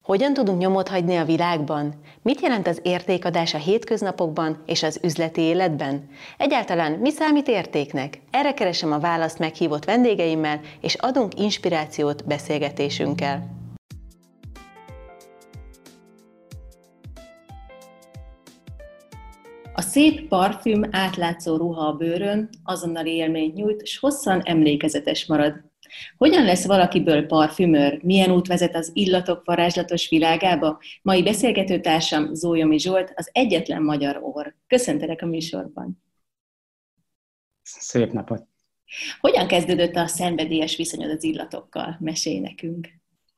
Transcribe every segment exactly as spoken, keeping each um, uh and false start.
Hogyan tudunk nyomot hagyni a világban? Mit jelent az értékadás a hétköznapokban és az üzleti életben? Egyáltalán mi számít értéknek? Erre keresem a választ meghívott vendégeimmel, és adunk inspirációt beszélgetésünkkel. A szép parfüm, átlátszó ruha a bőrön azonnali élményt nyújt, és hosszan emlékezetes marad. Hogyan lesz valakiből parfümőr? Milyen út vezet az illatok varázslatos világába? Mai beszélgetőtársam Zólyomi Zsolt, az egyetlen magyar orr. Köszöntelek a műsorban. Szép napot! Hogyan kezdődött a szenvedélyes viszonyod az illatokkal? Mesélj nekünk!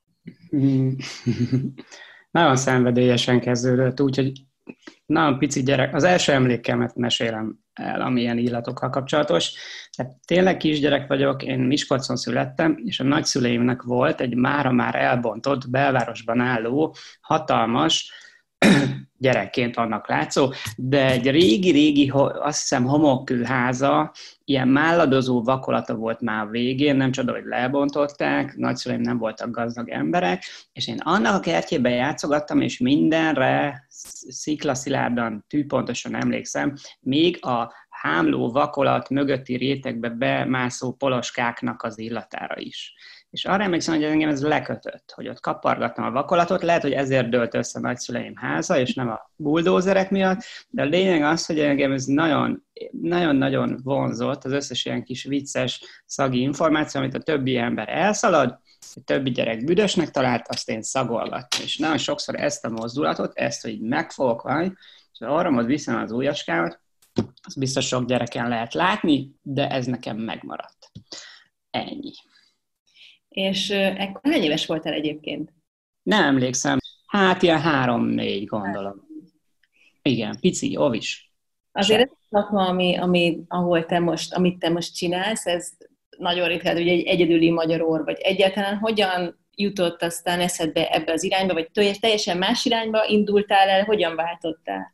Nagyon szenvedélyesen kezdődött, úgyhogy nagyon pici gyerek. Az első emlékemet mesélem el, amilyen illatokkal kapcsolatos. Tehát tényleg kisgyerek vagyok, én Miskolcon születtem, és a nagyszüleimnek volt egy mára már elbontott, belvárosban álló, hatalmas, gyerekként annak látszó, de egy régi-régi, azt hiszem homokkőháza, ilyen málladozó vakolata volt már a végén, nem csoda, hogy lebontották, nagyszüleim nem voltak gazdag emberek, és én annak a kertjében játszogattam, és mindenre sziklaszilárdan, tűpontosan emlékszem, még a hámló vakolat mögötti rétegbe bemászó poloskáknak az illatára is. És arra emlékszem, hogy engem ez lekötött, hogy ott kapargattam a vakolatot, lehet, hogy ezért dőlt össze a nagyszüleim háza, és nem a buldózerek miatt, de a lényeg az, hogy engem ez nagyon, nagyon-nagyon vonzott, az összes ilyen kis vicces szagi információ, amit a többi ember elszalad, a többi gyerek büdösnek talált, azt én szagolgattam. És nagyon sokszor ezt a mozdulatot, ezt, hogy megfogok valami, és arra most viszem az ujjaskámat, az biztos sok gyereken lehet látni, de ez nekem megmaradt. Ennyi. És ekkor hány éves voltál egyébként? Nem emlékszem. Hát ilyen három-négy, gondolom. Igen, pici, ovis. Azért ez a szakma, ami, ami, ahol te most, amit te most csinálsz, ez nagyon ritkán, hogy egy egyedüli magyar orr vagy. Egyáltalán hogyan jutott aztán eszedbe ebbe az irányba, vagy teljesen más irányba indultál el, hogyan váltottál?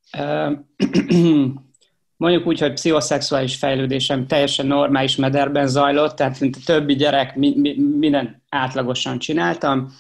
Mondjuk úgy, hogy pszichoszexuális fejlődésem teljesen normális mederben zajlott, tehát mint a többi gyerek, mi, mi, minden átlagosan csináltam,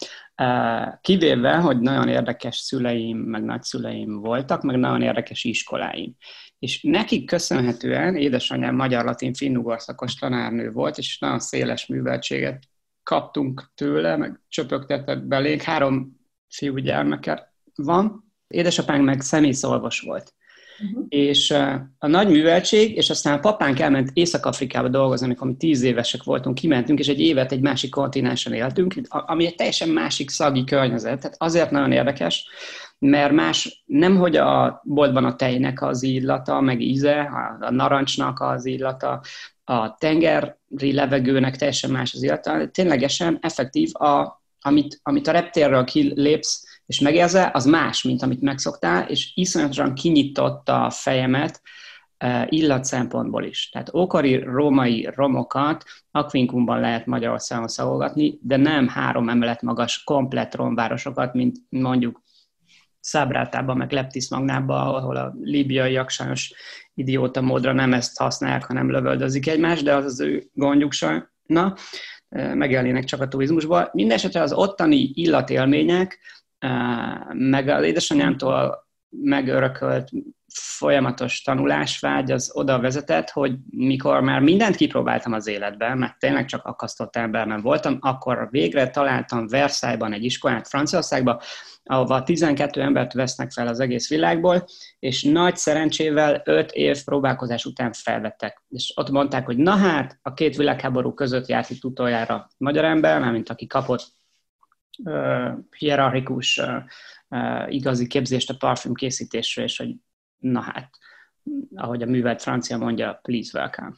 kivéve, hogy nagyon érdekes szüleim, meg nagyszüleim voltak, meg nagyon érdekes iskoláim. És nekik köszönhetően édesanyám magyar-latin finnugor szakos tanárnő volt, és nagyon széles műveltséget kaptunk tőle, meg csöpögtetett belénk. Három fiúgyermeke van. Édesapánk meg személyszolvos volt. Uh-huh. És a nagy műveltség, és aztán a papánk elment Észak-Afrikába dolgozni, amikor mi tíz évesek voltunk, kimentünk, és egy évet egy másik kontinensen éltünk, ami egy teljesen másik szagi környezet. Tehát azért nagyon érdekes, mert más, nemhogy a boltban a tejnek az illata, meg íze, a narancsnak az illata, a tengeri levegőnek teljesen más az illata, ténylegesen effektív, a, amit, amit a reptérről kilépsz, és megérzel, az más, mint amit megszoktál, és iszonyatosan kinyitotta a fejemet uh, illat szempontból is. Tehát ókori római romokat Aquincumban lehet Magyarországon szagolgatni, de nem három emelet magas komplett romvárosokat, mint mondjuk Szabrátában, meg Leptis Magnában, ahol a líbiaiak sajnos idióta módra nem ezt használják, hanem lövöldözik egymást, de az az ő gondjuk sajna, megélnének csak a turizmusból. Mindenesetre az ottani illatélmények, meg az édesanyámtól megörökölt folyamatos tanulásvágy az oda vezetett, hogy mikor már mindent kipróbáltam az életben, mert tényleg csak akasztott emberben voltam, akkor végre találtam Versailles-ban egy iskolát Franciaországban, ahova tizenkét embert vesznek fel az egész világból, és nagy szerencsével öt év próbálkozás után felvettek. És ott mondták, hogy na hát, a két világháború között járt itt utoljára magyar ember, mármint aki kapott uh, hierarchikus uh, uh, igazi képzést a parfüm készítésről, és hogy na hát, ahogy a művelt francia mondja, please welcome.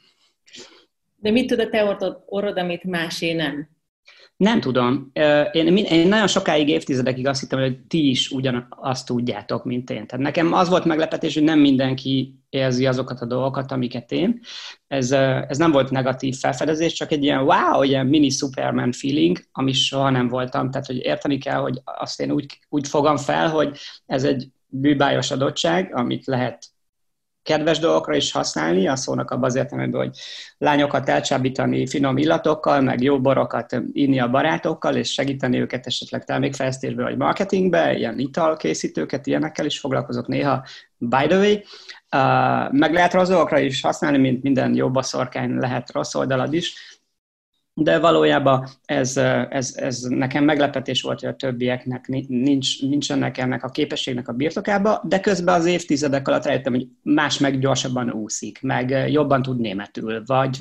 De mit tud a te orrod, amit másé nem? Nem tudom. Én, én nagyon sokáig, évtizedekig azt hittem, hogy ti is ugyanazt tudjátok, mint én. Tehát nekem az volt meglepetés, hogy nem mindenki érzi azokat a dolgokat, amiket én. Ez, ez nem volt negatív felfedezés, csak egy ilyen wow, ilyen mini Superman feeling, ami soha nem voltam. Tehát, hogy érteni kell, hogy azt én úgy, úgy fogom fel, hogy ez egy bűbájos adottság, amit lehet kedves dolgokra is használni, a szónak abban az értelemben, hogy lányokat elcsábítani finom illatokkal, meg jó borokat inni a barátokkal, és segíteni őket esetleg termékfejlesztésbe vagy marketingbe, ilyen italkészítőket, ilyenekkel is foglalkozok néha, by the way. Uh, meg lehet rossz dolgokra is használni, mint minden jó baszorkány, lehet rossz oldalad is, de valójában ez, ez, ez nekem meglepetés volt, hogy a többieknek nincs, nincsenek ennek a képességnek a birtokába, de közben az évtizedek alatt rájöttem, hogy más meg gyorsabban úszik, meg jobban tud németül, vagy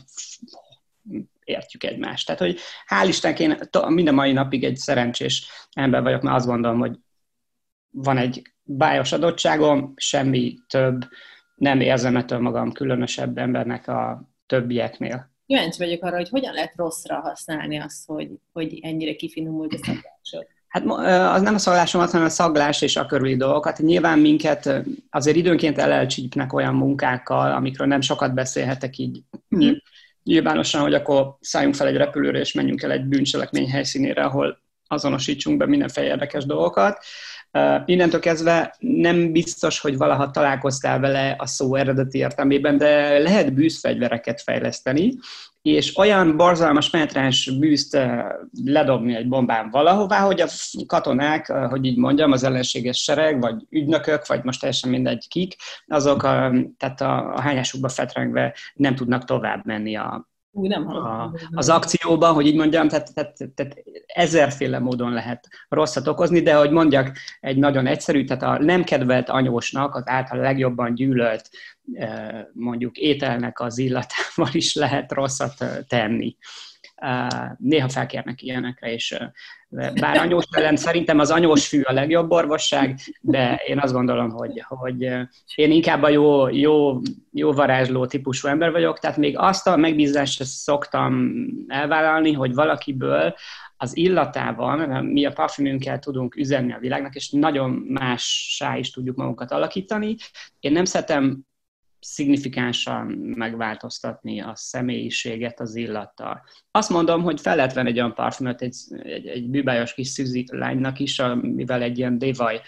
értjük egymást. Tehát, hogy hál' Istennek én minden mai napig egy szerencsés ember vagyok, mert azt gondolom, hogy van egy bájos adottságom, semmi több, nem érzem ettől magam különösebb embernek a többieknél. Kíváncsi vagyok arra, hogy hogyan lehet rosszra használni azt, hogy, hogy ennyire kifinomult a szaglásod. Hát az nem a szaglásomat, hanem a szaglás és a körüli dolgokat. Nyilván minket azért időnként elelcsípnek olyan munkákkal, amikről nem sokat beszélhetek így mm. nyilvánosan, hogy akkor szálljunk fel egy repülőre és menjünk el egy bűncselekmény helyszínére, ahol azonosítsunk be mindenféle érdekes dolgokat. Uh, innentől kezdve nem biztos, hogy valaha találkoztál vele a szó eredeti értelmében, de lehet bűzfegyvereket fejleszteni, és olyan borzalmas penetráns bűzt uh, ledobni egy bombán valahová, hogy a katonák, uh, hogy így mondjam, az ellenséges sereg, vagy ügynökök, vagy most teljesen mindegy kik, azok uh, tehát a, a hányásukba fetrengve nem tudnak tovább menni a Úgy nem a, az akcióban, hogy így mondjam, tehát, tehát, tehát ezerféle módon lehet rosszat okozni, de hogy mondjak, egy nagyon egyszerű, tehát a nem kedvelt anyósnak az által legjobban gyűlölt mondjuk ételnek az illatával is lehet rosszat tenni. Néha felkérnek ilyenekre, és bár anyós ellen szerintem az anyós fű a legjobb orvosság, de én azt gondolom, hogy, hogy én inkább a jó, jó, jó varázsló típusú ember vagyok, tehát még azt a megbízást szoktam elvállalni, hogy valakiből az illatával, mi a parfümünkkel tudunk üzenni a világnak, és nagyon mássá is tudjuk magunkat alakítani. Én nem szeretem szignifikánsan megváltoztatni a személyiséget az illattal. Azt mondom, hogy fel lehet venni egy olyan parfümöt egy, egy, egy bűbájos kis szűzi lánynak is, mivel egy ilyen dévaj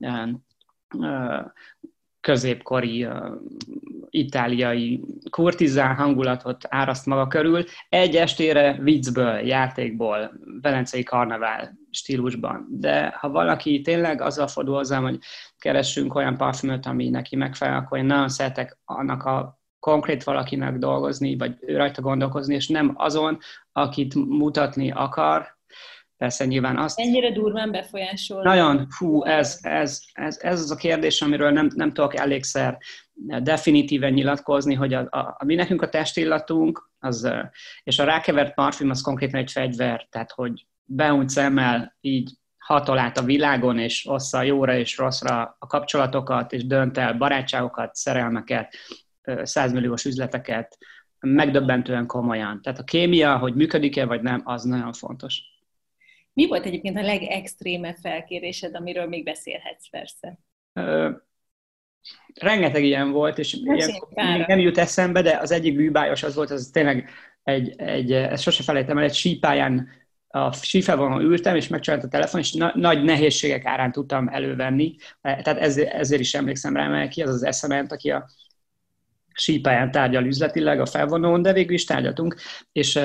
középkori itáliai kurtizán hangulatot áraszt maga körül, egy estére viccből, játékból, velencei karnevál stílusban. De ha valaki tényleg azzal fordul hozzám, hogy keressünk olyan parfümöt, ami neki megfelel, akkor én nagyon szeretek annak a konkrét valakinek dolgozni, vagy rajta gondolkozni, és nem azon, akit mutatni akar. Persze nyilván azt... Ennyire durván befolyásol? Nagyon, fú, ez, ez, ez, ez az a kérdés, amiről nem, nem tudok elégszer definitíven nyilatkozni, hogy a, a, a mi nekünk a testillatunk, az, és a rákevert parfüm az konkrétan egy fegyver, tehát hogy beúgy szemmel így hatol át a világon, és ossza jóra és rosszra a kapcsolatokat, és dönt el barátságokat, szerelmeket, százmilliós üzleteket, megdöbbentően komolyan. Tehát a kémia, hogy működik-e vagy nem, az nagyon fontos. Mi volt egyébként a legextrémebb felkérésed, amiről még beszélhetsz persze? Ö, rengeteg ilyen volt, és ilyen, nem jut eszembe, de az egyik bűbájos az volt, az tényleg egy, egy ezt sose felejtem el, egy sípályán a sífelvonalon ültem, és megcsinált a telefon, és na, nagy nehézségek árán tudtam elővenni. Tehát ezért, ezért is emlékszem rá, mert ki az az eszement, aki a sípályán tárgyal üzletileg a felvonón, de végül is tárgyaltunk, és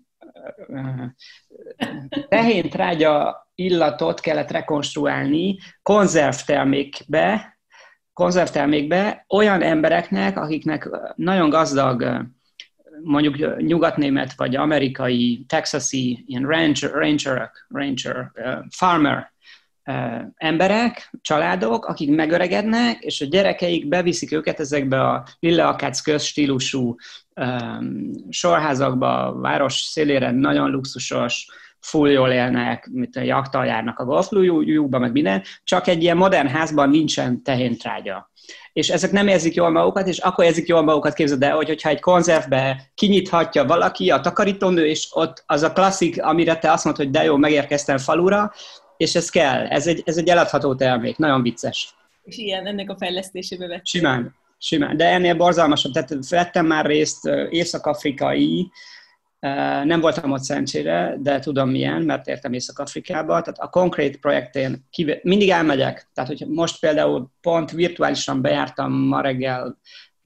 tehéntrágya illatot kellett rekonstruálni konzervtermékbe, konzervtermékbe olyan embereknek, akiknek nagyon gazdag, mondjuk nyugatnémet vagy amerikai, texasi, ilyen ranger, rangerök, ranger, uh, farmer uh, emberek, családok, akik megöregednek, és a gyerekeik beviszik őket ezekbe a lilleakác közstílusú um, sorházakba, a város szélére nagyon luxusos, full jól élnek, mint a jachttal járnak a golflújukba, meg minden, csak egy ilyen modern házban nincsen tehéntrágya. És ezek nem érzik jól magukat, és akkor érzik jól magukat, képzeld el, hogy, hogyha egy konzervbe kinyithatja valaki, a takarítónő, és ott az a klasszik, amire te azt mondod, hogy de jó, megérkeztem falura, és ez kell, ez egy, ez egy eladható termék, nagyon vicces. És ilyen, ennek a fejlesztésébe vettem. Simán, simán, de ennél borzalmasabb, tehát vettem már részt észak-afrikai, nem voltam ott szerencsére, de tudom milyen, mert értem Észak-Afrikába. Tehát a konkrét projektén kivé... mindig elmegyek. Tehát, hogy most például pont virtuálisan bejártam ma reggel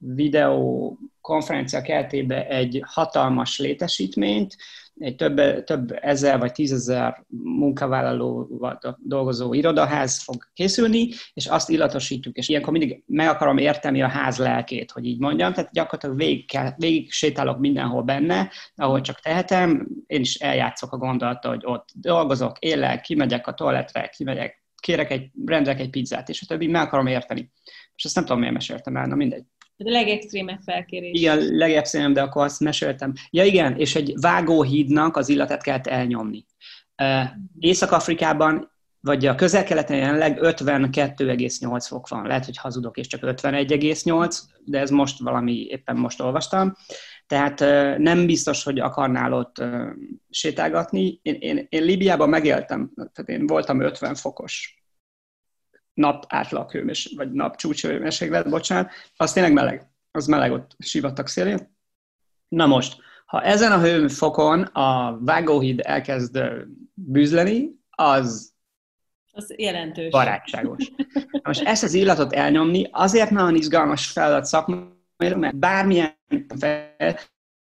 videó konferencia keretében egy hatalmas létesítményt, egy több, több ezer vagy tízezer munkavállalóval dolgozó irodaház fog készülni, és azt illatosítjuk, és ilyenkor mindig meg akarom érteni a ház lelkét, hogy így mondjam, tehát gyakorlatilag végig, kell, végig sétálok mindenhol benne, ahol csak tehetem, én is eljátszok a gondolattal, hogy ott dolgozok, élek, kimegyek a toaletre, kimegyek, kérek egy, rendelek egy pizzát, és a többi meg akarom érteni. És azt nem tudom, miért meséltem el, na mindegy. A legextrémebb felkérés. Igen, legextrémebb, de akkor azt meséltem. Ja igen, és egy vágóhídnak az illatát kellett elnyomni. Észak-Afrikában, vagy a közel-keleten jelenleg ötvenkettő egész nyolc fok van. Lehet, hogy hazudok, és csak ötvenegy egész nyolc, de ez most valami, éppen most olvastam. Tehát nem biztos, hogy akarnál ott sétálgatni. Én, én, én Líbiában megéltem, tehát én voltam ötven fokos nap átlaghőmés, vagy nap csúcshőmérséklet, bocsánat, az tényleg meleg. Az meleg ott sivatag szélén. Na most, ha ezen a hőfokon a vágóhíd elkezd bűzleni, az, az jelentős. Barátságos. Most ezt az illatot elnyomni azért nagyon izgalmas feladat szakmailag, mert bármilyen fel,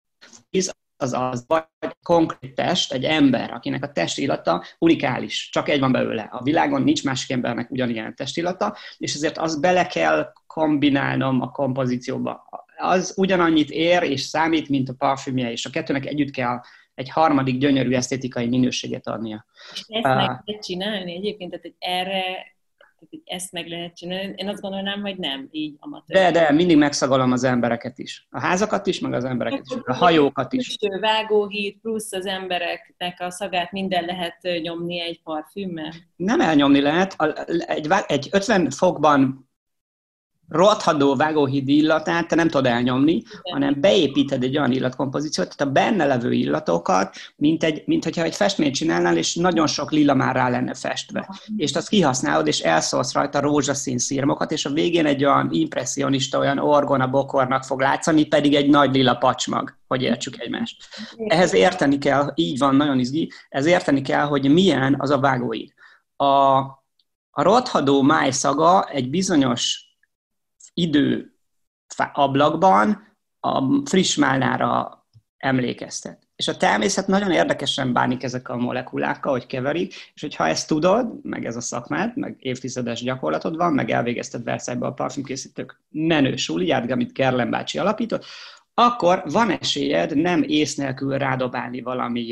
az az, vagy konkrét test, egy ember, akinek a testillata unikális, csak egy van belőle. A világon nincs másik embernek ugyanilyen testillata, és ezért azt bele kell kombinálnom a kompozícióba. Az ugyanannyit ér és számít, mint a parfümje, és a kettőnek együtt kell egy harmadik gyönyörű esztétikai minőséget adnia. És ezt uh, meg lehet csinálni egyébként, tehát hogy erre, tehát, hogy ezt meg lehet csinálni. Én azt gondolnám, hogy nem így amatőr. De, de, mindig megszagolom az embereket is. A házakat is, meg az embereket is. A hajókat is. Vágóhíd plusz az embereknek a szagát minden lehet nyomni egy parfümmel? Nem elnyomni lehet. Egy, egy ötven fokban rothadó vágóhíd illatát te nem tudod elnyomni, igen, hanem beépíted egy olyan illatkompozíciót, tehát a benne levő illatokat, mint, egy, mint hogyha egy festményt csinálnál, és nagyon sok lila már rá lenne festve. És azt kihasználod, és elszólsz rajta rózsaszín szirmokat, és a végén egy olyan impresszionista, olyan orgona bokornak fog látszani, pedig egy nagy lila pacsmag, hogy értsük egymást. Ehhez érteni kell, így van, nagyon izgi, ez érteni kell, hogy milyen az a vágóhíd. A, a rothadó máj szaga egy bizonyos idő ablakban a friss málnára emlékeztet. És a természet nagyon érdekesen bánik ezekkel a molekulákkal, hogy keverik, és hogyha ezt tudod, meg ez a szakmád, meg évtizedes gyakorlatod van, meg elvégezted Versailles-ba a parfümkészítők menő suliát, amit Gerlen bácsi alapított, akkor van esélyed nem ész nélkül rádobálni valami,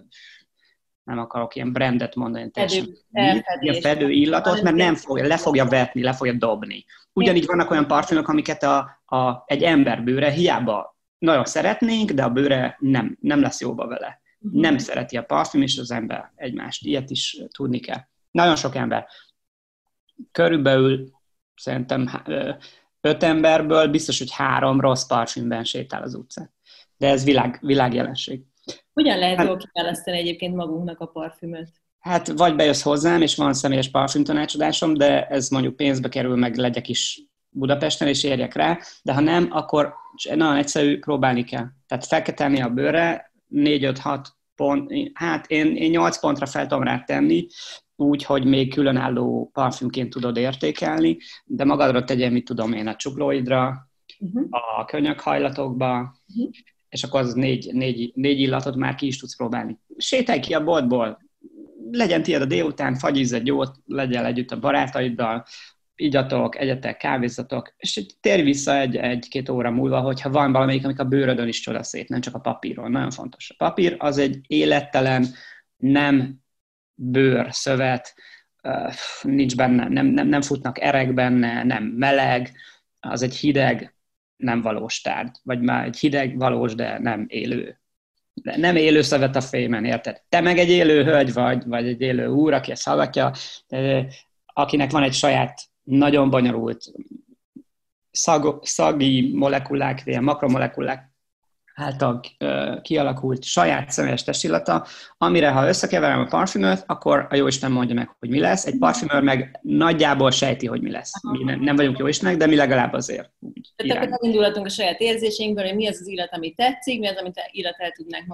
nem akarok ilyen brandet mondani, teljesen ilyen fedő illatot, mert nem fogja, le fogja vetni, le fogja dobni. Ugyanígy vannak olyan parfümök, amiket a, a, egy ember bőre hiába nagyon szeretnénk, de a bőre nem, nem lesz jóba vele. Nem szereti a parfüm és az ember egymást. Ilyet is tudni kell. Nagyon sok ember. Körülbelül szerintem öt emberből biztos, hogy három rossz parfümben sétál az utcán. De ez világ, világjelenség. Hogyan lehet jól kiválasztani egyébként magunknak a parfümöt? Hát vagy bejössz hozzám, és van személyes parfümtanácsadásom, de ez mondjuk pénzbe kerül, meg legyek is Budapesten, és érjek rá, de ha nem, akkor nagyon egyszerű, próbálni kell. Tehát fel kell tenni a bőrre, négy öt hat pont, hát én, én nyolc pontra fel tudom rá tenni, úgy, hogy még különálló parfümként tudod értékelni, de magadra tegyél, mit tudom én, a csuklóidra, uh-huh. a könyökhajlatokba, uh-huh. és akkor az négy, négy, négy illatot már ki is tudsz próbálni. Sétálj ki a boltból, legyen tiéd a délután, fagyizz egy jót, legyél együtt a barátaiddal, igyatok, egyetek, kávézzatok, és térj vissza egy, egy-két óra múlva, hogyha van valamelyik, amik a bőrödön is csodaszét, nem csak a papíron. Nagyon fontos. A papír az egy élettelen, nem bőr, szövet, nincs benne, nem, nem, nem futnak erek benne, nem meleg, az egy hideg, nem valós tárgy, vagy már egy hideg, valós, de nem élő. De nem élő szövet a fémen, érted? Te meg egy élő hölgy vagy, vagy egy élő úr, aki ezt hallgatja, akinek van egy saját, nagyon bonyolult szag, szagi molekulák, ilyen makromolekulák által uh, kialakult saját személyes testillata, amire ha összekeverem a parfümöt, akkor a jóisten mondja meg, hogy mi lesz. Egy parfümőr meg nagyjából sejti, hogy mi lesz. Mi nem, nem vagyunk jóistenek, de mi legalább azért. Tehát akkor indulhatunk a saját érzéseinkből, hogy mi az az illat, ami tetszik, mi az, amit illat el tudnánk magunkat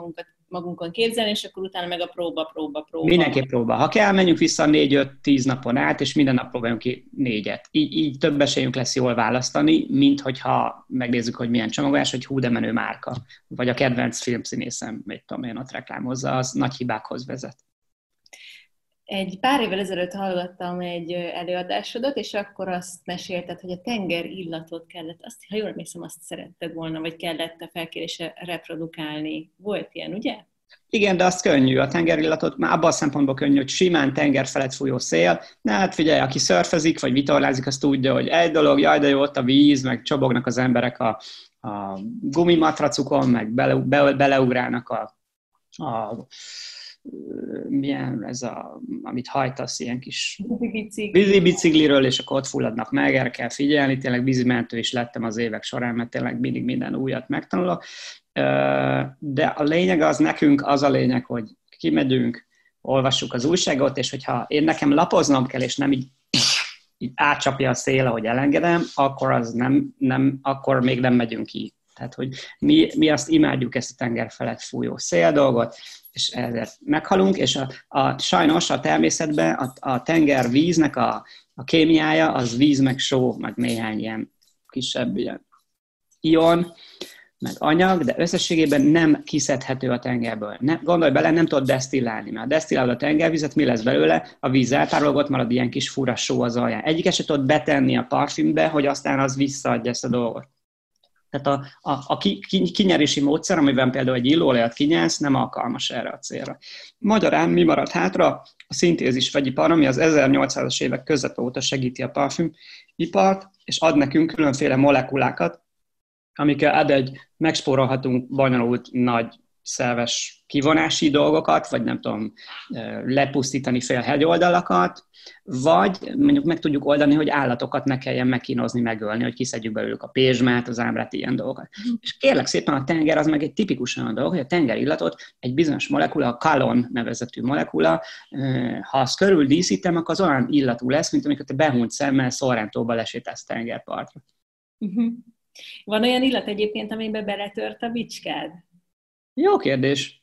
magunkon képzelni, és akkor utána meg a próba, próba, próba. Mindenképp próba. Ha kell, menjünk vissza négy-öt-tíz napon át, és minden nap próbáljunk ki négyet. Így, így több esélyünk lesz jól választani, mint hogyha megnézzük, hogy milyen csomagolás, hogy hú, de menő márka. Vagy a kedvenc filmszínészem, mit tudom én, ott reklámozza, az nagy hibákhoz vezet. Egy pár évvel ezelőtt hallgattam egy előadásodat, és akkor azt mesélted, hogy a tenger illatot kellett, azt, ha jól emlékszem, azt szeretted volna, vagy kellett a felkérésre reprodukálni. Volt ilyen, ugye? Igen, de az könnyű, a tengerillatot, már abban a szempontból könnyű, hogy simán tenger felett fújó szél. Na hát figyelj, aki szörfezik, vagy vitorlázik, az tudja, hogy egy dolog, jaj, de jó, ott a víz, meg csobognak az emberek a, a gumimatracukon, meg bele, be, beleugrálnak a, a milyen ez a, amit hajtasz, ilyen kis vízi bicikliről, és akkor ott fulladnak meg, erre kell figyelni, tényleg vízimentő is lettem az évek során, mert tényleg mindig minden újat megtanulok. De a lényeg az nekünk, az a lényeg, hogy kimegyünk, olvassuk az újságot, és hogyha én nekem lapoznom kell, és nem így, így átcsapja a szél, ahogy elengedem, akkor az nem, nem, akkor még nem megyünk ki. Tehát, hogy mi, mi azt imádjuk, ezt a tenger felett fújó szél dolgot, és ezért meghalunk, és a, a, sajnos a természetben a, a tenger víznek a, a kémiája, az víz, meg só, meg néhány ilyen kisebb ilyen ion, meg anyag, de összességében nem kiszedhető a tengerből. Ne, gondolj bele, nem tudod desztillálni, mert ha desztillálod a tengervizet, mi lesz belőle? A víz eltárolgott, marad ilyen kis fura só az alján. Egyiket se tudod betenni a parfümbe, hogy aztán az visszaadja ezt a dolgot. Tehát a, a, a ki, ki, kinyerési módszer, amiben például egy illóolajat kinyelsz, nem alkalmas erre a célra. Magyarán mi marad hátra? A szintézis vegyipar, ami az ezernyolcszázas évek közepe óta segíti a parfümipart, és ad nekünk különféle molekulákat, amikkel ad egy, megspórolhatunk bonyolult nagy szerves kivonási dolgokat, vagy nem tudom, lepusztítani fél hegyoldalakat, vagy mondjuk meg tudjuk oldani, hogy állatokat ne kelljen megkínozni, megölni, hogy kiszedjük belőlük a pézsmát, az ábrát, ilyen dolgokat. Mm. És kérlek szépen, a tenger az meg egy tipikusan olyan dolog, hogy a tengerillatot egy bizonyos molekula, a kalon nevezetű molekula, ha azt körül díszítem, akkor az olyan illatú lesz, mint amikor te behunyt szemmel Sorrentóba lesétálsz tengerpartra. Mm-hmm. Van olyan illat egyébként, amiben beletört a bicskád? Jó kérdés.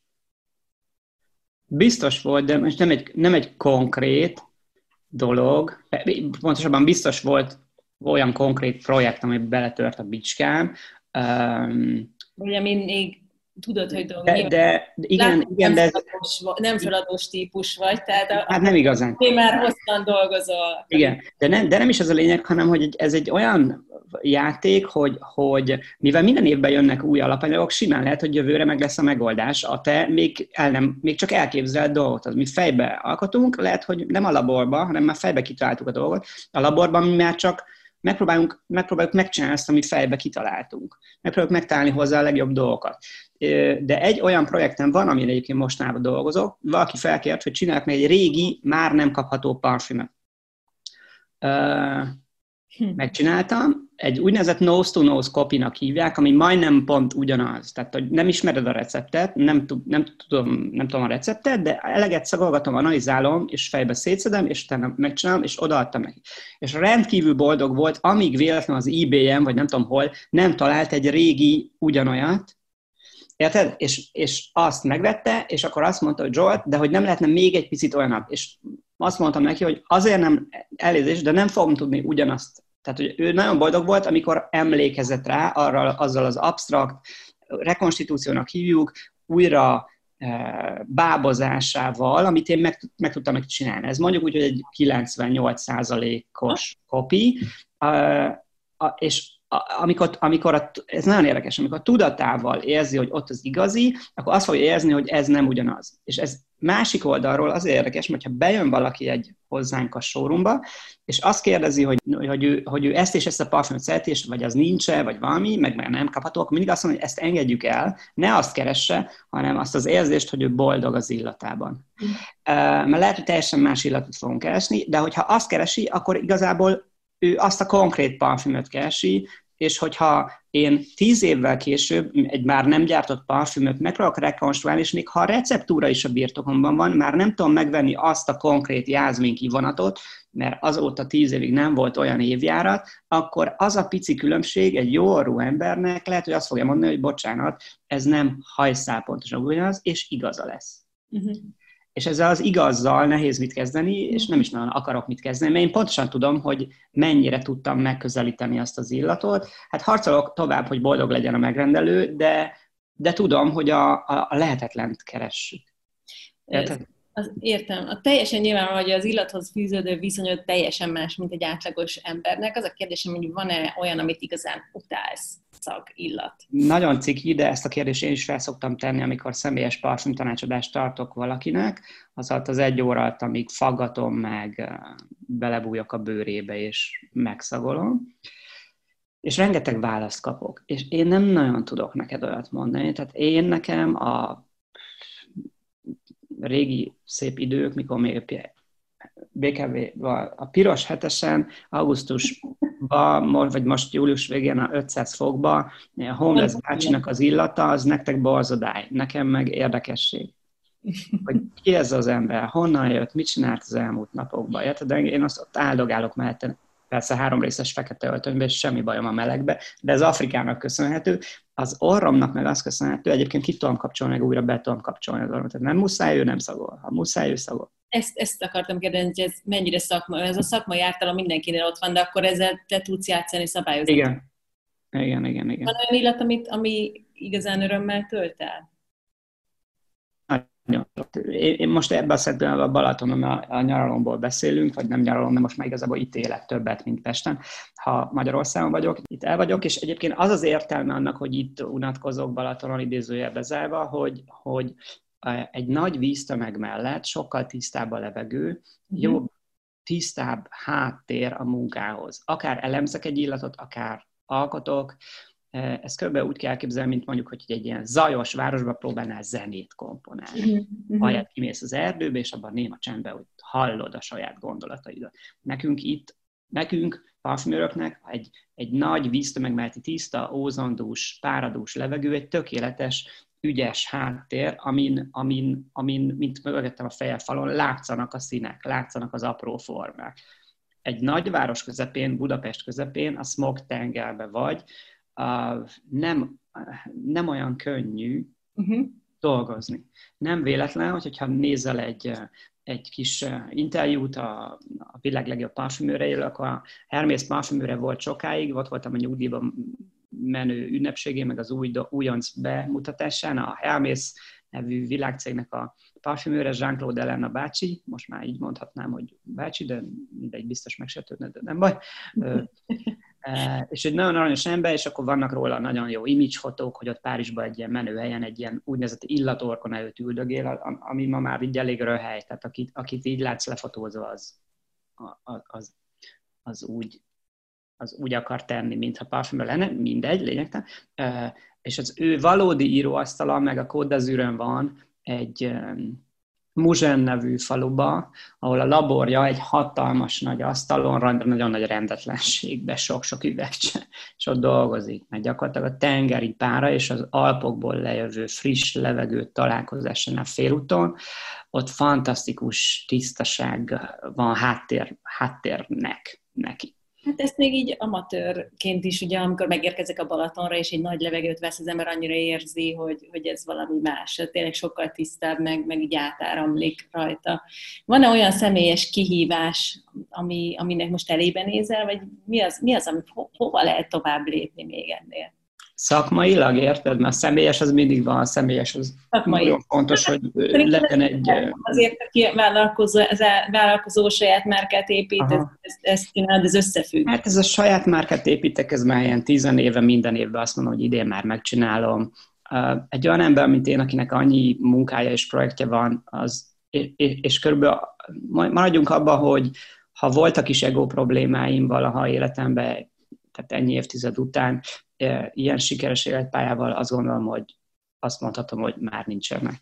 Biztos volt, de most nem egy, nem egy konkrét dolog. Pontosabban biztos volt olyan konkrét projekt, ami beletört a bicskám. Um, Vagy ami még tudod, hogy dolgok. De, de, igen, Lát, igen, nem, de ez... feladós, nem feladós típus vagy, tehát a, hát nem igazán. Én már hosszan dolgozol. Igen, de nem, de nem is ez a lényeg, hanem hogy ez egy olyan játék, hogy, hogy mivel minden évben jönnek új alapanyagok, simán lehet, hogy jövőre meg lesz a megoldás, a te még, el nem, még csak elképzelt dolgot. Az mi fejbe alkotunk, lehet, hogy nem a laborban, hanem már fejbe kitaláltuk a dolgot. A laborban mi már csak megpróbálunk, megpróbáljuk megcsinálni azt, amit fejbe kitaláltunk. Megpróbáljuk megtalálni hozzá a legjobb dolgokat. De egy olyan projektem van, amin egyébként mostanában dolgozok, valaki felkért, hogy csinálják meg egy régi, már nem kapható parfümöt. Megcsináltam, egy úgynevezett nose-to-nose copy-nak hívják, ami majdnem pont ugyanaz. Tehát, hogy nem ismered a receptet, nem, tud, nem, tudom, nem tudom a receptet, de eleget szagolgatom, analizálom, és fejbe szétszedem, és utána megcsinálom, és odaadtam neki. És rendkívül boldog volt, amíg véletlenül az eBay-en, vagy nem tudom hol, nem talált egy régi ugyanolyat, érted? És, és azt megvette, és akkor azt mondta, hogy Zsolt, de hogy nem lehetne még egy picit olyanap. És azt mondtam neki, hogy azért nem elnézést, de nem fogom tudni ugyanazt. Tehát, hogy ő nagyon boldog volt, amikor emlékezett rá arra, azzal az absztrakt rekonstitúciónak hívjuk, újra e, bábozásával, amit én meg, meg tudtam meg csinálni. Ez mondjuk úgy, hogy egy kilencvennyolc százalékos kopi, e, a, és a, amikor, amikor a, ez nagyon érdekes, amikor a tudatával érzi, hogy ott az igazi, akkor azt fogja érzni, hogy ez nem ugyanaz. És ez másik oldalról azért érdekes, mert ha bejön valaki egy hozzánk a showroomba, és azt kérdezi, hogy, hogy, ő, hogy ő ezt és ezt a parfümöt szereti, és vagy az nincs-e, vagy valami, meg, meg nem kapható, akkor mindig azt mondja, hogy ezt engedjük el, ne azt keresse, hanem azt az érzést, hogy ő boldog az illatában. Mm. Uh, mert lehet, hogy teljesen más illatot fogunk keresni, de hogyha azt keresi, akkor igazából ő azt a konkrét parfümöt keresi, és hogyha én tíz évvel később egy már nem gyártott parfümöt megpróbálok rekonstruálni, és még ha a receptúra is a birtokomban van, már nem tudom megvenni azt a konkrét jázmin kivonatot, mert azóta tíz évig nem volt olyan évjárat, akkor az a pici különbség egy jó orrú embernek lehet, hogy azt fogja mondani, hogy bocsánat, ez nem hajszál pontosan ugyanaz, és igaza lesz. Uh-huh. És ezzel az igazzal nehéz mit kezdeni, és nem is nagyon akarok mit kezdeni, mert én pontosan tudom, hogy mennyire tudtam megközelíteni azt az illatot. Hát harcolok tovább, hogy boldog legyen a megrendelő, de, de tudom, hogy a, a lehetetlent keressük. Ez, az, értem. A teljesen nyilvánvaló, hogy az illathoz fűződő viszonyod teljesen más, mint egy átlagos embernek. Az a kérdésem, hogy van-e olyan, amit igazán utálsz? Szag, illat. Nagyon ciki, de ezt a kérdést én is fel szoktam tenni, amikor személyes parfümtanácsadást tartok valakinek, az alatt az egy óra alatt, amíg faggatom meg, belebújok a bőrébe és megszagolom. És rengeteg választ kapok. És én nem nagyon tudok neked olyat mondani. Tehát én nekem a régi szép idők, mikor még bé ká vé, a piros hetesen, augusztusban, vagy most július végén a ötszáz fokba, a homeless bácsinak az illata, az nektek borzodály, nekem meg érdekesség. Hogy ki ez az ember, honnan jött, mit csinált az elmúlt napokban. Érted? De én azt ott áldogálok mellette, persze három részes fekete öltönybe, és semmi bajom a melegbe, de ez Afrikának köszönhető. Az orromnak meg azt köszönhető, egyébként ki tudom kapcsolni, meg újra be tudom kapcsolni az orromot. Tehát nem muszáj, ő nem szagol. Ha muszáj, ő szagol. Ezt, ezt akartam kérdezni, hogy ez mennyire szakma, ez a szakmai ártalom mindenkinél ott van, de akkor ezzel te tudsz játszani, szabályozni. Igen. Igen, igen, igen. Van olyan illat, amit, ami igazán örömmel tölt el? Én most ebben a szedben a Balatonon a, a nyaralomból beszélünk, vagy nem nyaralom, de most már igazából itt élek többet, mint Pesten. Ha Magyarországon vagyok, itt el vagyok, és egyébként az az értelme annak, hogy itt unatkozok Balatonon idézőjelbe zárva, hogy, hogy egy nagy víztömeg mellett sokkal tisztább a levegő, jobb, tisztább háttér a munkához. Akár elemzek egy illatot, akár alkotok. Ezt kb. Úgy kell elképzelni, mint mondjuk, hogy egy ilyen zajos városba próbálnál zenét komponálni. Uh-huh. Ahelyett kimész az erdőbe, és abban néma csendben, hogy hallod a saját gondolataidat. Nekünk itt, nekünk, parfümőröknek egy, egy nagy víztömeg melletti tiszta, ózondús, páradús levegő, egy tökéletes, ügyes háttér, amin, amin, amin mint mögöttem a fejfalon, látszanak a színek, látszanak az apró formák. Egy nagyváros közepén, Budapest közepén, a smog tengerbe vagy, Uh, nem, nem olyan könnyű uh-huh. dolgozni. Nem véletlen, hogyha nézel egy, egy kis interjút a, a világ legjobb parfümőreiről, akkor a Hermès parfümőre volt sokáig, ott voltam a nyugdíjban menő ünnepségén, meg az új, újonc bemutatásán, a Hermès nevű világcégnek a parfümőre, Jean-Claude Ellen bácsi, most már így mondhatnám, hogy bácsi, de mindegy, biztos megsértődne, de nem baj. Uh, és egy nagyon aranyos ember, és akkor vannak róla nagyon jó image fotók, hogy ott Párizsban egy ilyen menő helyen egy ilyen úgynevezett illatorkon előtt üldögél, ami ma már így elég röhely, tehát akit, akit így látsz lefotózva, az, az, az, az, úgy, az úgy akar tenni, mintha parfümben lenne, mindegy, lényegtelen. Uh, és az ő valódi íróasztala, meg a Côte d'Azurön van egy um, Mougins nevű faluba, ahol a laborja egy hatalmas nagy asztalon, nagyon nagy rendetlenségbe, sok-sok üvegcse, és ott dolgozik, mert gyakorlatilag a tengeri pára és az Alpokból lejövő friss levegő találkozásánál félúton, ott fantasztikus tisztaság van háttér, háttérnek neki. Hát ezt még így amatőrként is, ugye, amikor megérkezik a Balatonra, és egy nagy levegőt vesz, az ember annyira érzi, hogy, hogy ez valami más. Tényleg sokkal tisztább, meg, meg így átáramlik rajta. Van-e olyan személyes kihívás, ami, aminek most elébe nézel, vagy mi az, mi az, amit ho, hova lehet tovább lépni még ennél? Szakmailag, érted? Mert személyes az mindig van, személyes az Szakmai. Nagyon fontos, hogy legyen egy... Azért, aki vállalkozó, ez a vállalkozó saját márkát épít, ezt, ezt csinálod, ez összefügg. Hát ez a saját márkát építek, ez már ilyen tizen éve, minden évben azt mondom, hogy idén már megcsinálom. Egy olyan ember, mint én, akinek annyi munkája és projektje van, az, és körülbelül maradjunk abban, hogy ha voltak is ego problémáim valaha életemben, tehát ennyi évtized után, ilyen sikeres életpályával azt gondolom, hogy azt mondhatom, hogy már nincsenek.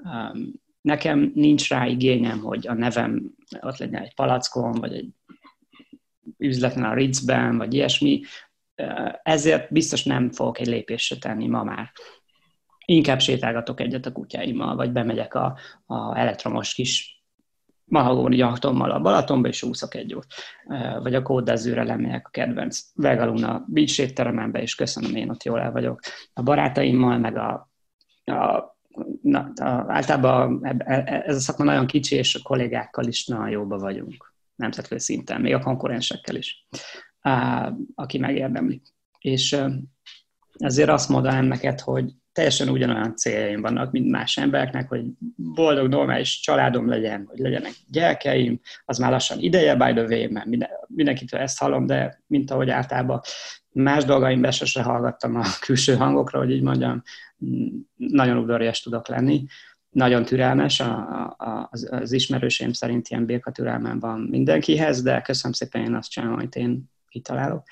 Nekem nincs rá igényem, hogy a nevem ott legyen egy palackon, vagy egy üzleten a Ritzben, vagy ilyesmi. ezért biztos nem fogok egy lépésre tenni ma már. Inkább sétálgatok egyet a kutyáimmal, vagy bemegyek a, a elektromos kis mahagóni jachtommal a Balatonba, és úszok egy jót. Vagy a Côte d'Azurre lemegyek a kedvenc Vegaluna beach étteremembe, és köszönöm, én ott jól el vagyok. A barátaimmal, meg a, a, na, a általában ez a szakma nagyon kicsi, és a kollégákkal is nagyon jóba vagyunk. Nemzetközi szinten, még a konkurensekkel is, aki megérdemli. És ezért azt mondanám neked, hogy teljesen ugyanolyan céljaim vannak, mint más embereknek, hogy boldog, normális családom legyen, hogy legyenek gyerekeim, az már lassan ideje, by the way, mert minden, mindenkitől ezt hallom, de mint ahogy általában más dolgaimban sose hallgattam a külső hangokra, hogy így mondjam, nagyon udvarias tudok lenni, nagyon türelmes, a, a, az, az ismerőseim szerint ilyen békatürelmem van mindenkihez, de köszönöm szépen, én azt csinálom, amit én kitalálok.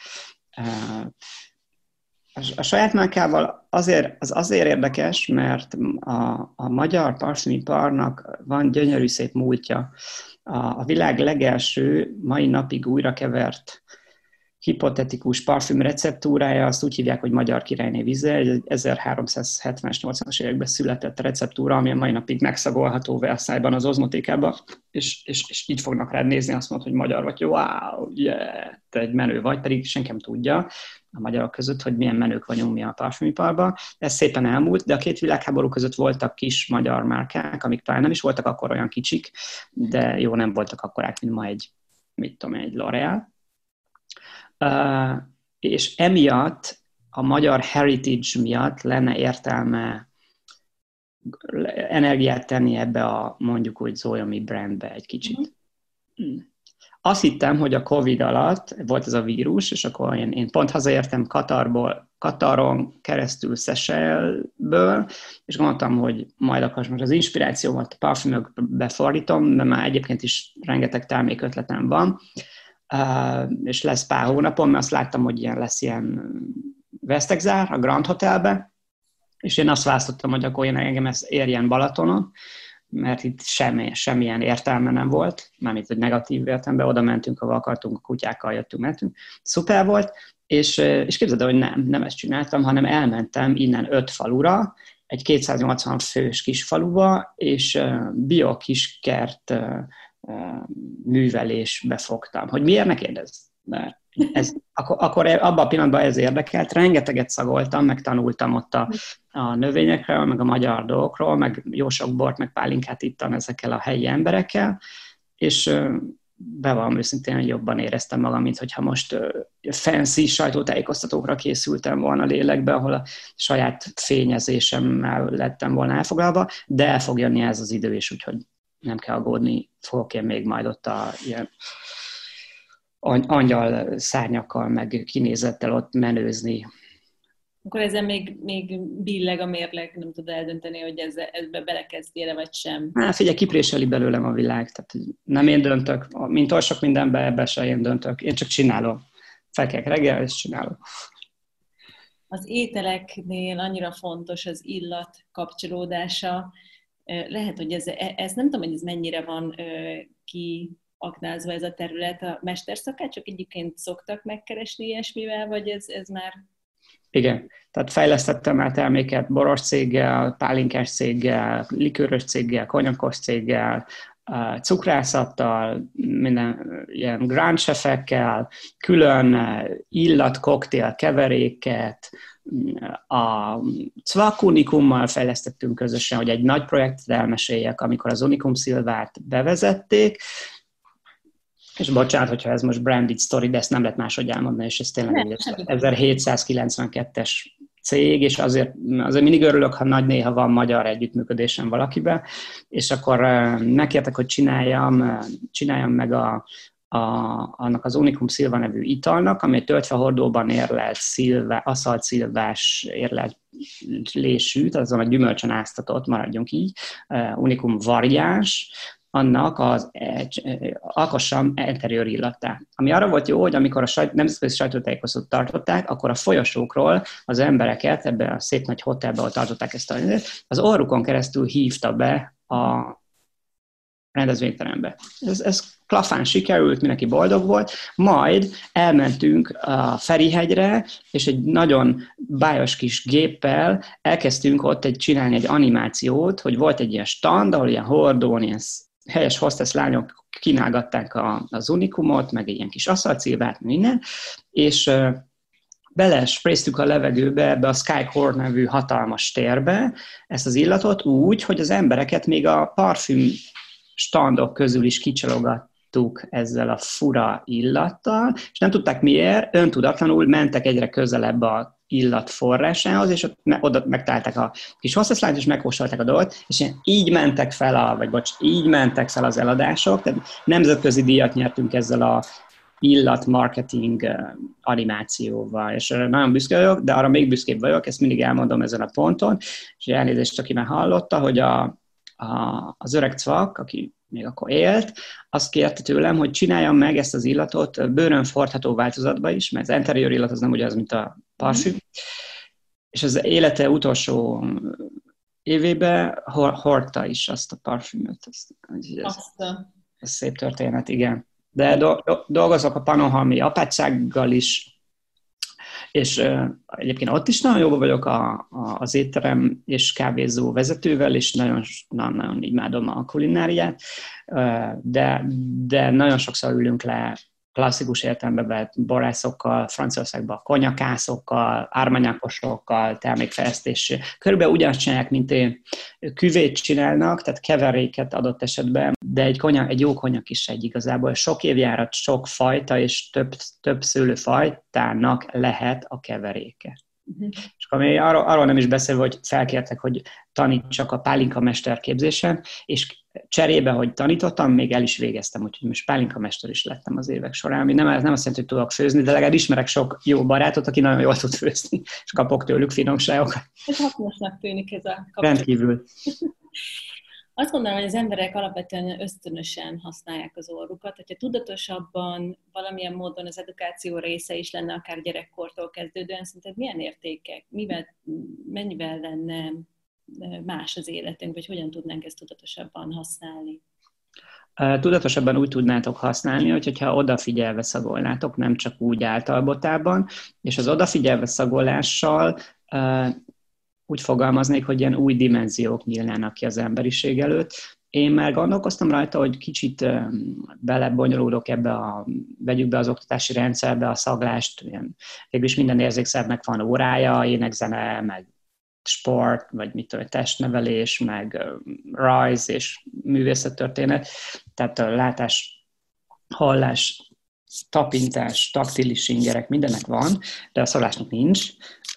A saját márkával azért, az azért érdekes, mert a, a magyar parfümiparnak van gyönyörű szép múltja. A, a világ legelső, mai napig újra kevert hipotetikus parfüm receptúrája, azt úgy hívják, hogy Magyar Királyné vize, egy ezerháromszázhetvenes nyolcvanas években született receptúra, ami a mai napig megszagolható Versailles-ban, az ozmotékában, és, és, és így fognak rád nézni, azt mondod, hogy magyar vagy, wow, yeah, te egy menő vagy, pedig senki nem tudja a magyarok között, hogy milyen menők vagyunk mi a parfümiparban. Ez szépen elmúlt, de a két világháború között voltak kis magyar márkák, amik talán nem is voltak akkor olyan kicsik, de jó, nem voltak akkorák, mint ma egy, mit tudom, egy L'Oréal. Uh, és emiatt, a magyar heritage miatt lenne értelme energiát tenni ebbe a, mondjuk úgy, Zolyomi brandbe egy kicsit. Mm. Azt hittem, hogy a Covid alatt volt ez a vírus, és akkor én, én pont hazaértem Katarból, Kataron keresztül Seychellesből, és gondoltam, hogy majd akkor most az inspirációmat a parfümökbe fordítom, de már egyébként is rengeteg termékötletem van, Uh, és lesz pár hónapon, mert azt láttam, hogy ilyen lesz ilyen vesztegzár a Grand Hotelbe, és én azt választottam, hogy akkor én engem ez érjen Balatonon, mert itt semmi, semmilyen értelme nem volt, mármint hogy negatív értelemben, oda mentünk, ahol akartunk, a kutyákkal jöttünk, mentünk. Szuper volt, és, és képzeld el, hogy nem, nem ezt csináltam, hanem elmentem innen öt falura, egy kétszáznyolcvan fős kis faluba, és bio kis kert művelésbe fogtam. Hogy miért, ne kérdezz? Ez, akkor, akkor abban a pillanatban ez érdekelt, rengeteget szagoltam, meg tanultam ott a, a növényekről, meg a magyar dolgokról, meg jó sok bort, meg pálinkát ittam ezekkel a helyi emberekkel, és bevallom őszintén, hogy jobban éreztem magam, mint hogyha most fancy sajtótájékoztatókra készültem volna lélekbe, ahol a saját fényezésemmel lettem volna elfoglalva, de el fog jönni ez az idő is, úgyhogy nem kell aggódni, fogok én még majd ott a ilyen angyal szárnyakkal, meg kinézettel ott menőzni. Akkor ezzel még, még billeg a mérleg, nem tud eldönteni, hogy ezzel, ezbe belekezdjél vagy sem. Hát figyelj, kipréseli belőlem a világ, tehát nem én döntök, mint oly sok mindenben, ebben se én döntök, én csak csinálom. Felkelek reggel, és csinálom. Az ételeknél annyira fontos az illat kapcsolódása. Lehet, hogy ez, ez nem tudom, hogy ez mennyire van kiaknázva ez a terület. A mesterszakácsok egyébként szoktak megkeresni ilyesmivel, vagy ez, ez már... Igen, tehát fejlesztettem már terméket boros céggel, pálinkás céggel, likőrös céggel, konyakos céggel, cukrászattal, minden ilyen grand chefekkel, külön illat koktél keveréket, a Cvak Unikummal fejlesztettünk közösen, hogy egy nagy projektet elmeséljek, amikor az Unicum Silvát bevezették, és bocsánat, hogyha ez most branded story, de ezt nem lehet máshogy elmondani, és ez tényleg nem, egy ezerhétszázkilencvenkettes cég, és azért, azért mindig örülök, ha nagy néha van magyar együttműködésem valakiben, és akkor megkértek, hogy csináljam, csináljam meg a, a, annak az Unicum Silva nevű italnak, ami egy töltfehordóban érlelt szilva, aszalt szilvás érlelt lésű, tehát azon a gyümölcsön áztatott, maradjunk így, Unicum variáns, annak az alkossam interior illatá. Ami arra volt jó, hogy amikor a sajt, nemzetközi sajtótájékoztatót tartották, akkor a folyosókról az embereket ebbe a szép nagy hotelbe, ahol tartották ezt a, az orrukon keresztül hívta be a, rendezvényterembe. Ez, ez klafán sikerült, mindenki boldog volt, majd elmentünk a Ferihegyre, és egy nagyon bájos kis géppel elkezdtünk ott egy, csinálni egy animációt, hogy volt egy ilyen stand, ahol ilyen hordón, ilyen helyes hostess lányok kínálgatták a, az unikumot, meg egy ilyen kis aszalcilvát, minden, és belesprayztük a levegőbe, ebbe a Skycore nevű hatalmas térbe ezt az illatot úgy, hogy az embereket még a parfüm standok közül is kicsalogattuk ezzel a fura illattal, és nem tudták miért, öntudatlanul mentek egyre közelebb a illat forrásához, és ott oda megtalálták a kis hosszaszlányt, és megkóstolták a dolgot, és így mentek fel, a, vagy bocs, így mentek fel az eladások, tehát nemzetközi díjat nyertünk ezzel a illat marketing animációval, és nagyon büszke vagyok, de arra még büszkébb vagyok, ezt mindig elmondom ezen a ponton, és elnézést, aki már hallotta, hogy a, a, az öreg cvak, aki még akkor élt, azt kérte tőlem, hogy csináljam meg ezt az illatot bőrön fordható változatban is, mert az interior illat az nem ugyanaz, mint a parfüm, mm. és az élete utolsó évében hordta is azt a parfümöt. Ez, ez, ez szép történet, igen. De do, do, dolgozok a Pannonhalmi apátsággal is, és uh, egyébként ott is nagyon jó vagyok a, a, az étterem és kávézó vezetővel, és nagyon, nagyon, nagyon imádom a kulináriát, uh, de, de nagyon sokszor ülünk le klasszikus értelembe vett borászokkal, Franciaországban konyakászokkal, ármanyákosokkal, termékfejlesztés. Körülbelül ugyanazt csinálják, mint én. Küvét csinálnak, tehát keveréket adott esetben, de egy, konyak, egy jó konyak is egy igazából. Sok évjárat, sok fajta és több, több szőlőfajtának lehet a keveréke. Uh-huh. És akkor még arról, arról nem is beszélve, hogy felkértek, hogy tanítsak a pálinka mesterképzésen, és cserébe, hogy tanítottam, még el is végeztem, úgyhogy most pálinka mester is lettem az évek során, ami nem, nem azt jelenti, hogy tudok főzni, de legalább ismerek sok jó barátot, aki nagyon jól tud főzni, és kapok tőlük finomságokat. Ez hasznosnak tűnik ez a kapcsolat. Rendkívül. Azt gondolom, hogy az emberek alapvetően ösztönösen használják az orrukat, hogyha tudatosabban valamilyen módon az edukáció része is lenne, akár gyerekkortól kezdődően, szerinted milyen értékek, mivel, mennyivel lenne más az életünk, vagy hogyan tudnánk ezt tudatosabban használni? Tudatosabban úgy tudnátok használni, hogyha odafigyelve szagolnátok, nem csak úgy általában, és az odafigyelve szagolással úgy fogalmaznék, hogy ilyen új dimenziók nyílnának ki az emberiség előtt. Én már gondolkoztam rajta, hogy kicsit belebonyolódok ebbe a, vegyük be az oktatási rendszerbe a szaglást, ilyen, végülis minden érzékszervnek van órája, énekzene, meg sport, vagy mit tudom, testnevelés, meg rajz és művészettörténet, tehát a látás, hallás, tapintás, taktilis ingerek, mindennek van, de a szaglásnak nincs,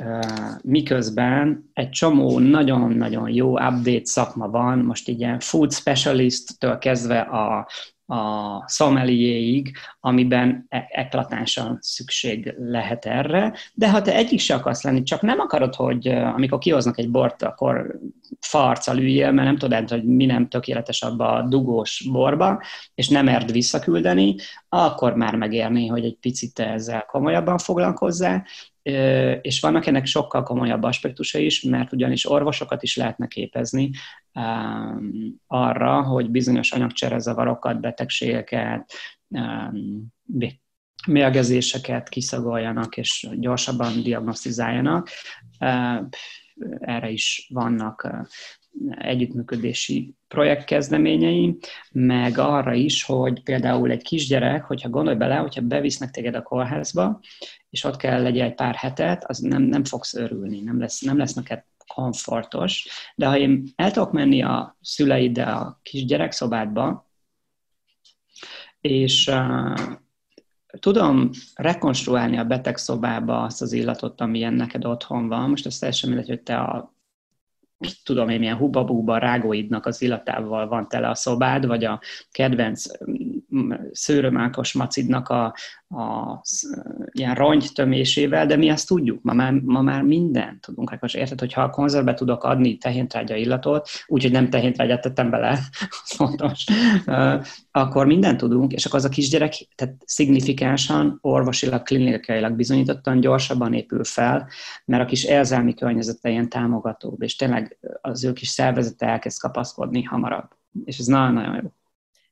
miközben egy csomó nagyon-nagyon jó update szakma van, most így ilyen food specialist-től kezdve a, a sommeliéig, amiben eklatánsan szükség lehet erre, de ha te egyik se akarsz lenni, csak nem akarod, hogy amikor kihoznak egy bort, akkor farccal üljél, mert nem tudod, hogy mi nem tökéletes abba a dugós borba, és nem erd visszaküldeni, akkor már megérné, hogy egy picit ezzel komolyabban foglalkozzál, és vannak ennek sokkal komolyabb aspektusa is, mert ugyanis orvosokat is lehetne képezni um, arra, hogy bizonyos anyagcserezavarokat, betegségeket, um, mérgezéseket kiszagoljanak, és gyorsabban diagnosztizáljanak. Uh, erre is vannak uh, együttműködési projektkezdeményeim, meg arra is, hogy például egy kisgyerek, hogyha gondolj bele, hogyha bevisznek téged a kórházba, és ott kell legyen egy pár hetet, az nem, nem fogsz örülni, nem lesz, nem lesz neked komfortos. De ha én el tudok menni a szüleiddel a kis gyerekszobádba, és uh, tudom rekonstruálni a betegszobába azt az illatot, amilyen neked otthon van, most ez teljesen mindegy, hogy te a tudom én, milyen huba-buba rágóidnak az illatával van tele a szobád, vagy a kedvenc szőrömákos macidnak a, a ilyen rongytömésével, de mi azt tudjuk, ma már, ma már mindent tudunk. Most érted, hogyha a konzervbe tudok adni tehéntrágya illatot, úgyhogy nem tehéntrágyát tettem bele, fontos, akkor mindent tudunk, és akkor az a kisgyerek, tehát szignifikánsan, orvosilag, klinikailag bizonyítottan gyorsabban épül fel, mert a kis érzelmi környezete ilyen támogatóbb, és tényleg az ő kis szervezete elkezd kapaszkodni hamarabb. És ez nagyon-nagyon jó.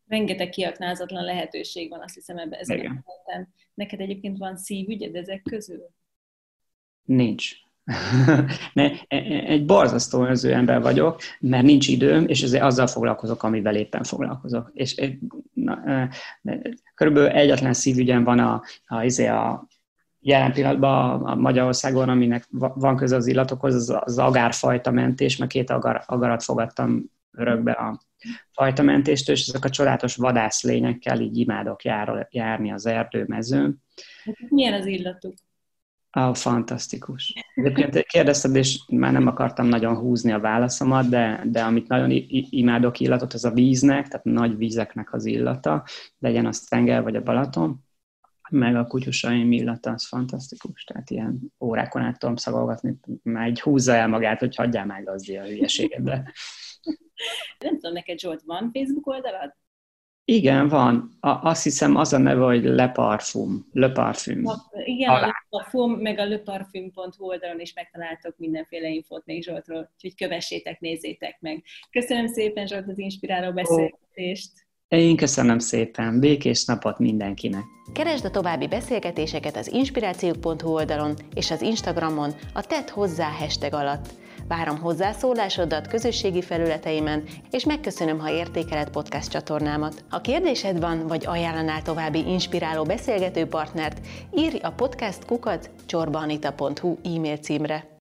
Rengeteg kiaknázatlan lehetőség van, azt hiszem, ebben ezen a területen. Neked egyébként van szívügyed ezek közül? Nincs. ne, egy borzasztó önző ember vagyok, mert nincs időm, és ezért azzal foglalkozok, amivel éppen foglalkozok. És na, körülbelül egyetlen szívügyem van a, a, a, a jelen pillanatban a Magyarországon, aminek van köze az illatokhoz, az, az agárfajta mentés, mert két agar, agarat fogadtam örökbe a fajtamentést, és ezek a csodálatos vadászlényekkel így imádok jár, járni az erdőmezőn. Milyen az illatuk? Ah, fantasztikus. Egyébként kérdezted, és már nem akartam nagyon húzni a válaszomat, de, de amit nagyon imádok illatot, az a víznek, tehát nagy vízeknek az illata, legyen az tenger vagy a Balaton, meg a kutyusaim illata, az fantasztikus. Tehát ilyen órákon át tudom szagolgatni, már így húzza el magát, hogy hagyjál már gazdi a hülyeségedbe. Nem tudom, neked Zsolt, van Facebook oldalad? Igen, van. A, azt hiszem az a neve, hogy Le Parfum. Le Parfum. A, igen, alá. A Le Parfum, meg a leparfum pont hu oldalon is megtaláltok mindenféle infót még Zsoltról, úgyhogy kövessétek, nézzétek meg. Köszönöm szépen, Zsolt, az inspiráló beszélgetést. Én köszönöm szépen. Békés napot mindenkinek. Keresd a további beszélgetéseket az inspirációk pont hu oldalon és az Instagramon a Tedd hozzá hashtag alatt. Várom hozzászólásodat közösségi felületeimen, és megköszönöm, ha értékeled podcast csatornámat. Ha kérdésed van, vagy ajánlanál további inspiráló beszélgető partnert, írj a podcast kukac csorbanita pont hu e-mail címre.